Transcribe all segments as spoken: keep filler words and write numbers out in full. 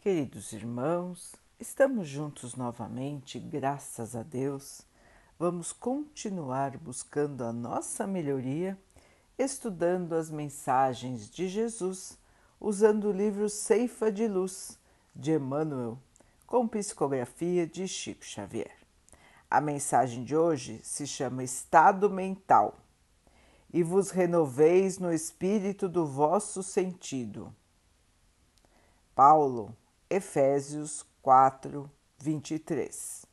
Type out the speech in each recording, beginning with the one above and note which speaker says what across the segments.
Speaker 1: Queridos irmãos, estamos juntos novamente, graças a Deus. Vamos continuar buscando a nossa melhoria, estudando as mensagens de Jesus, usando o livro Ceifa de Luz, de Emmanuel, com psicografia de Chico Xavier. A mensagem de hoje se chama Estado Mental. E vos renoveis no espírito do vosso sentido. Paulo, Efésios quatro, vinte e três.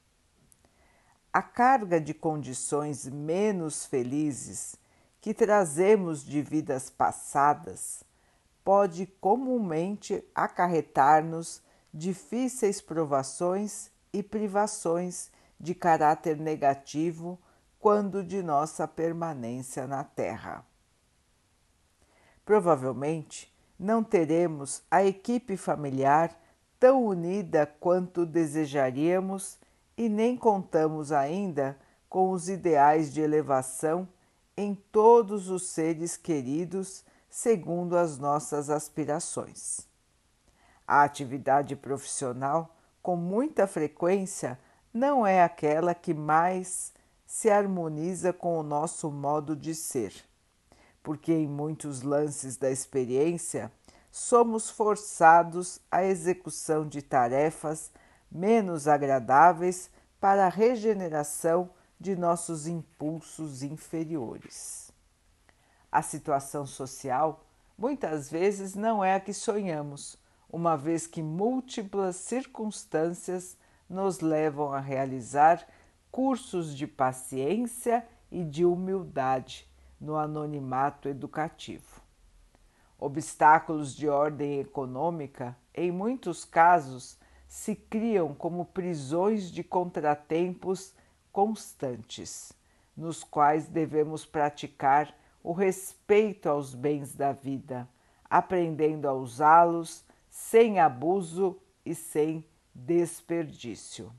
Speaker 1: A carga de condições menos felizes que trazemos de vidas passadas pode comumente acarretar-nos difíceis provações e privações de caráter negativo quando de nossa permanência na Terra. Provavelmente, não teremos a equipe familiar tão unida quanto desejaríamos e nem contamos ainda com os ideais de elevação em todos os seres queridos segundo as nossas aspirações. A atividade profissional, com muita frequência, não é aquela que mais se harmoniza com o nosso modo de ser, porque em muitos lances da experiência somos forçados à execução de tarefas menos agradáveis para a regeneração de nossos impulsos inferiores. A situação social muitas vezes não é a que sonhamos, uma vez que múltiplas circunstâncias nos levam a realizar cursos de paciência e de humildade no anonimato educativo. Obstáculos de ordem econômica, em muitos casos, se criam como prisões de contratempos constantes, nos quais devemos praticar o respeito aos bens da vida, aprendendo a usá-los sem abuso e sem desperdício.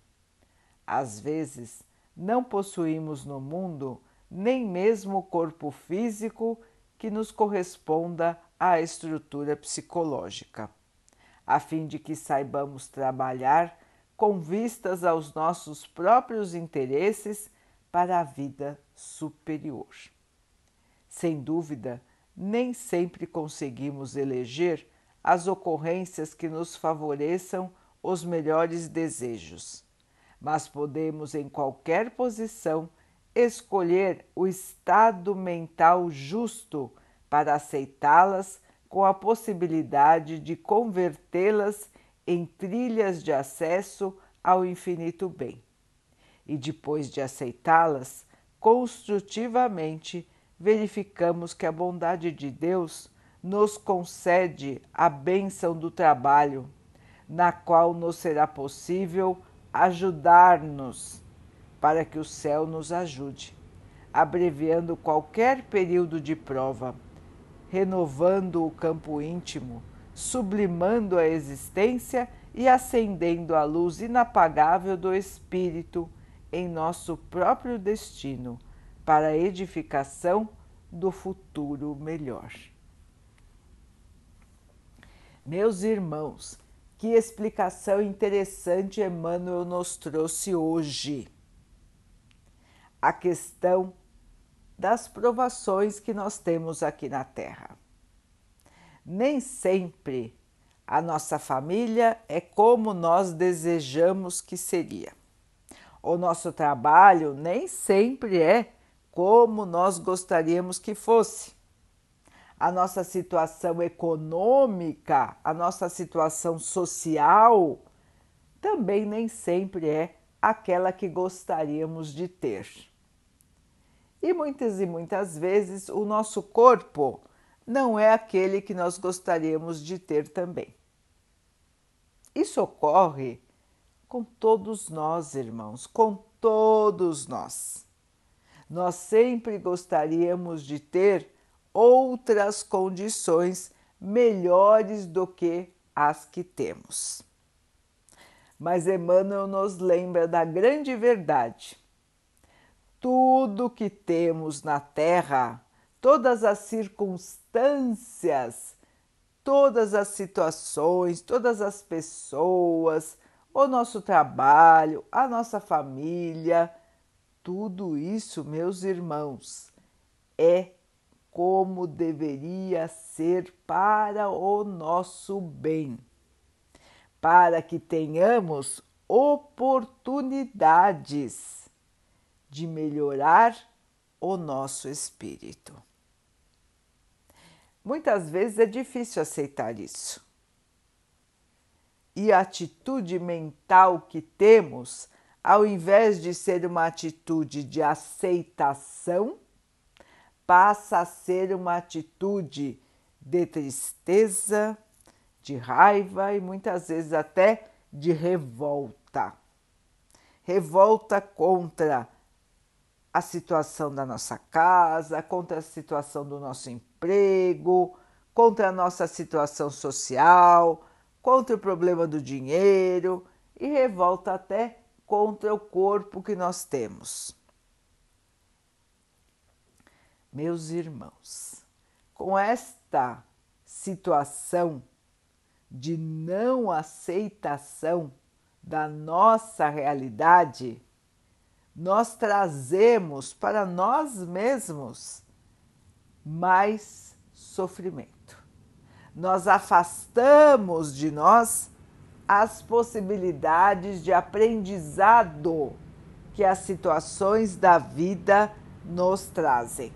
Speaker 1: Às vezes, não possuímos no mundo nem mesmo o corpo físico que nos corresponda à estrutura psicológica, a fim de que saibamos trabalhar com vistas aos nossos próprios interesses para a vida superior. Sem dúvida, nem sempre conseguimos eleger as ocorrências que nos favoreçam os melhores desejos, mas podemos, em qualquer posição, escolher o estado mental justo para aceitá-las, com a possibilidade de convertê-las em trilhas de acesso ao infinito bem. E depois de aceitá-las, construtivamente verificamos que a bondade de Deus nos concede a bênção do trabalho, na qual nos será possível ajudar-nos para que o céu nos ajude, abreviando qualquer período de prova, renovando o campo íntimo, sublimando a existência e acendendo a luz inapagável do Espírito em nosso próprio destino, para a edificação do futuro melhor. Meus irmãos, que explicação interessante Emmanuel nos trouxe hoje. A questão das provações que nós temos aqui na Terra. Nem sempre a nossa família é como nós desejamos que seria. O nosso trabalho nem sempre é como nós gostaríamos que fosse. A nossa situação econômica, a nossa situação social, também nem sempre é aquela que gostaríamos de ter. E muitas e muitas vezes o nosso corpo não é aquele que nós gostaríamos de ter também. Isso ocorre com todos nós, irmãos, com todos nós. Nós sempre gostaríamos de ter outras condições melhores do que as que temos. Mas Emmanuel nos lembra da grande verdade. Tudo que temos na Terra, todas as circunstâncias, todas as situações, todas as pessoas, o nosso trabalho, a nossa família, tudo isso, meus irmãos, é como deveria ser para o nosso bem, para que tenhamos oportunidades de melhorar o nosso espírito. Muitas vezes é difícil aceitar isso. E a atitude mental que temos, ao invés de ser uma atitude de aceitação, passa a ser uma atitude de tristeza, de raiva e muitas vezes até de revolta. Revolta contra a situação da nossa casa, contra a situação do nosso emprego, contra a nossa situação social, contra o problema do dinheiro e revolta até contra o corpo que nós temos. Meus irmãos, com esta situação de não aceitação da nossa realidade, nós trazemos para nós mesmos mais sofrimento. Nós afastamos de nós as possibilidades de aprendizado que as situações da vida nos trazem.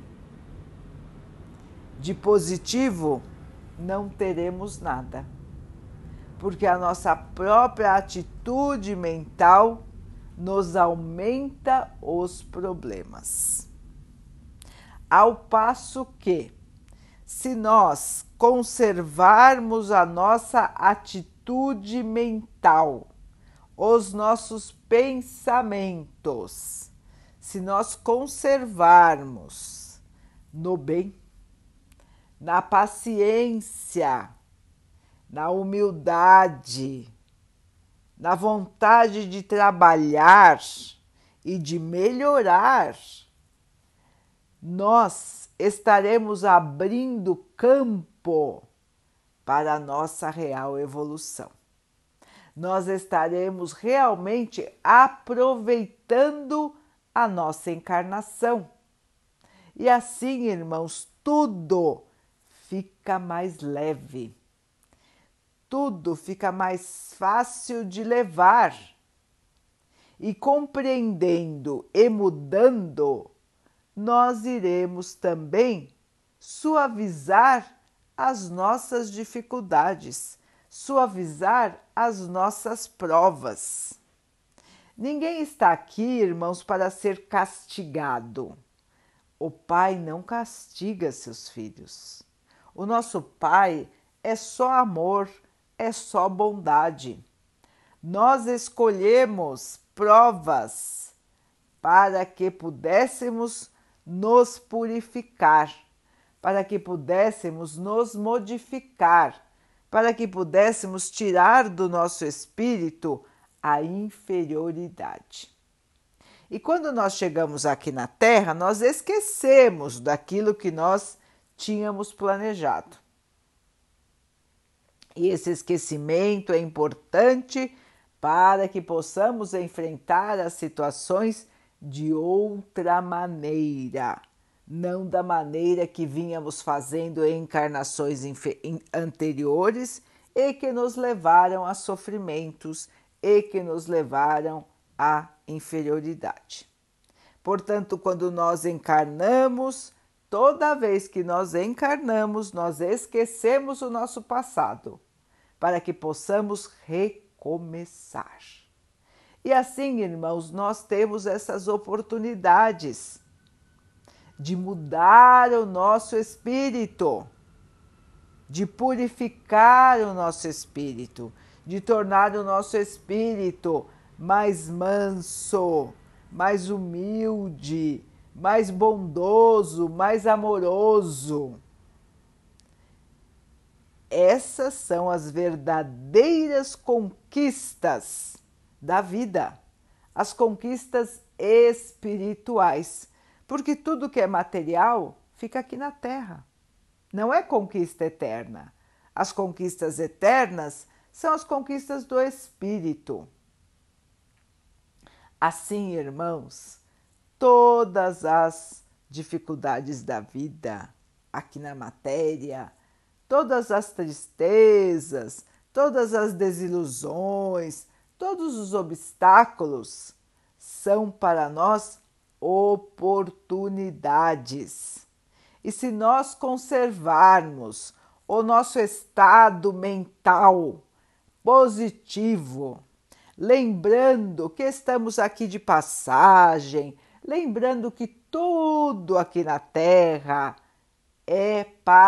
Speaker 1: De positivo, não teremos nada, porque a nossa própria atitude mental nos aumenta os problemas. Ao passo que, se nós conservarmos a nossa atitude mental, os nossos pensamentos, se nós conservarmos no bem, na paciência, na humildade, na vontade de trabalhar e de melhorar, nós estaremos abrindo campo para a nossa real evolução. Nós estaremos realmente aproveitando a nossa encarnação. E assim, irmãos, tudo fica mais leve. Tudo fica mais fácil de levar. E compreendendo e mudando, nós iremos também suavizar as nossas dificuldades, suavizar as nossas provas. Ninguém está aqui, irmãos, para ser castigado. O Pai não castiga seus filhos. O nosso Pai é só amor, é só bondade. Nós escolhemos provas para que pudéssemos nos purificar, para que pudéssemos nos modificar, para que pudéssemos tirar do nosso espírito a inferioridade. E quando nós chegamos aqui na Terra, nós esquecemos daquilo que nós tínhamos planejado. E esse esquecimento é importante para que possamos enfrentar as situações de outra maneira, não da maneira que vínhamos fazendo em encarnações anteriores e que nos levaram a sofrimentos e que nos levaram a inferioridade. Portanto, quando nós encarnamos, toda vez que nós encarnamos, nós esquecemos o nosso passado, para que possamos recomeçar. E assim, irmãos, nós temos essas oportunidades de mudar o nosso espírito, de purificar o nosso espírito, de tornar o nosso espírito mais manso, mais humilde, mais bondoso, mais amoroso. Essas são as verdadeiras conquistas da vida, as conquistas espirituais, porque tudo que é material fica aqui na Terra, não é conquista eterna. As conquistas eternas são as conquistas do espírito. Assim, irmãos, todas as dificuldades da vida aqui na matéria, todas as tristezas, todas as desilusões, todos os obstáculos são para nós oportunidades. E se nós conservarmos o nosso estado mental positivo, lembrando que estamos aqui de passagem, lembrando que tudo aqui na Terra é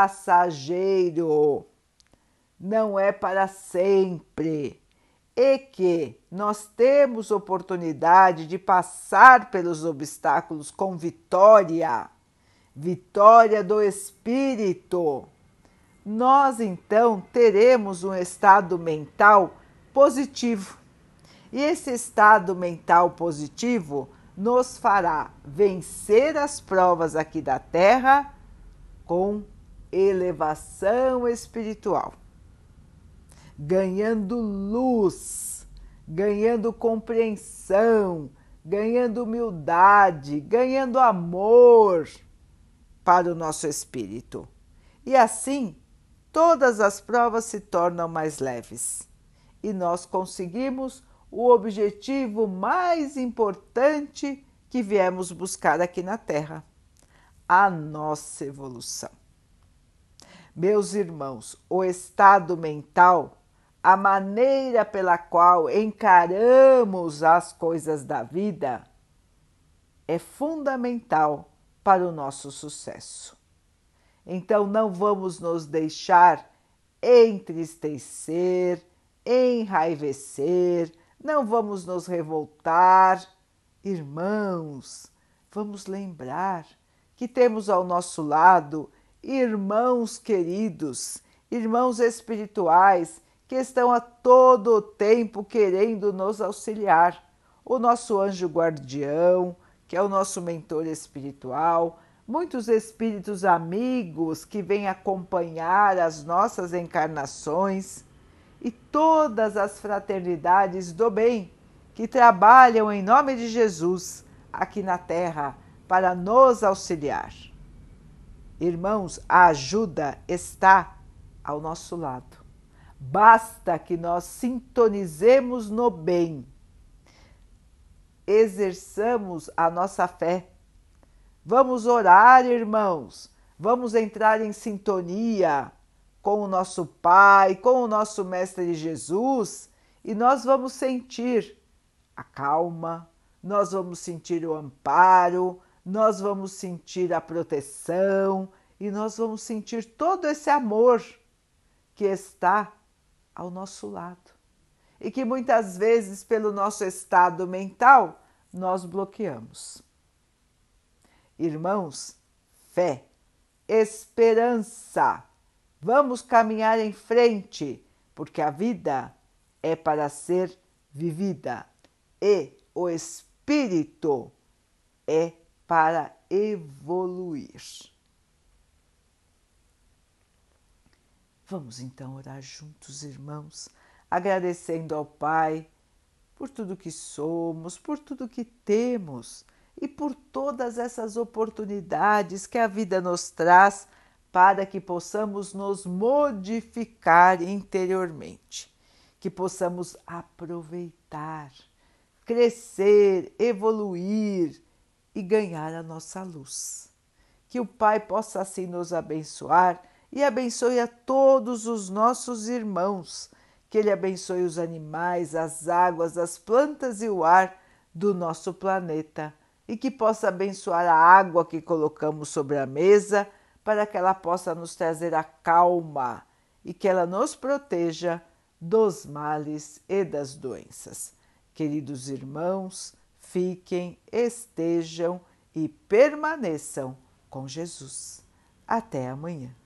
Speaker 1: passageiro, não é para sempre, e que nós temos oportunidade de passar pelos obstáculos com vitória, vitória do espírito. Nós então teremos um estado mental positivo. E esse estado mental positivo nos fará vencer as provas aqui da Terra com elevação espiritual, ganhando luz, ganhando compreensão, ganhando humildade, ganhando amor para o nosso espírito. E assim, todas as provas se tornam mais leves e nós conseguimos o objetivo mais importante que viemos buscar aqui na Terra, a nossa evolução. Meus irmãos, o estado mental, a maneira pela qual encaramos as coisas da vida, é fundamental para o nosso sucesso. Então não vamos nos deixar entristecer, enraivecer, não vamos nos revoltar. Irmãos, vamos lembrar que temos ao nosso lado irmãos queridos, irmãos espirituais que estão a todo o tempo querendo nos auxiliar. O nosso anjo guardião, que é o nosso mentor espiritual, muitos espíritos amigos que vêm acompanhar as nossas encarnações e todas as fraternidades do bem que trabalham em nome de Jesus aqui na Terra para nos auxiliar. Irmãos, a ajuda está ao nosso lado. Basta que nós sintonizemos no bem, exerçamos a nossa fé. Vamos orar, irmãos, vamos entrar em sintonia com o nosso Pai, com o nosso Mestre Jesus, e nós vamos sentir a calma, nós vamos sentir o amparo, nós vamos sentir a proteção e nós vamos sentir todo esse amor que está ao nosso lado e que muitas vezes, pelo nosso estado mental, nós bloqueamos. Irmãos, fé, esperança, vamos caminhar em frente, porque a vida é para ser vivida e o espírito é para evoluir. Vamos então orar juntos, irmãos, agradecendo ao Pai por tudo que somos, por tudo que temos e por todas essas oportunidades que a vida nos traz para que possamos nos modificar interiormente, que possamos aproveitar, crescer, evoluir e ganhar a nossa luz. Que o Pai possa assim nos abençoar e abençoe a todos os nossos irmãos, que Ele abençoe os animais, as águas, as plantas e o ar do nosso planeta e que possa abençoar a água que colocamos sobre a mesa para que ela possa nos trazer a calma e que ela nos proteja dos males e das doenças. Queridos irmãos, fiquem, estejam e permaneçam com Jesus. Até amanhã.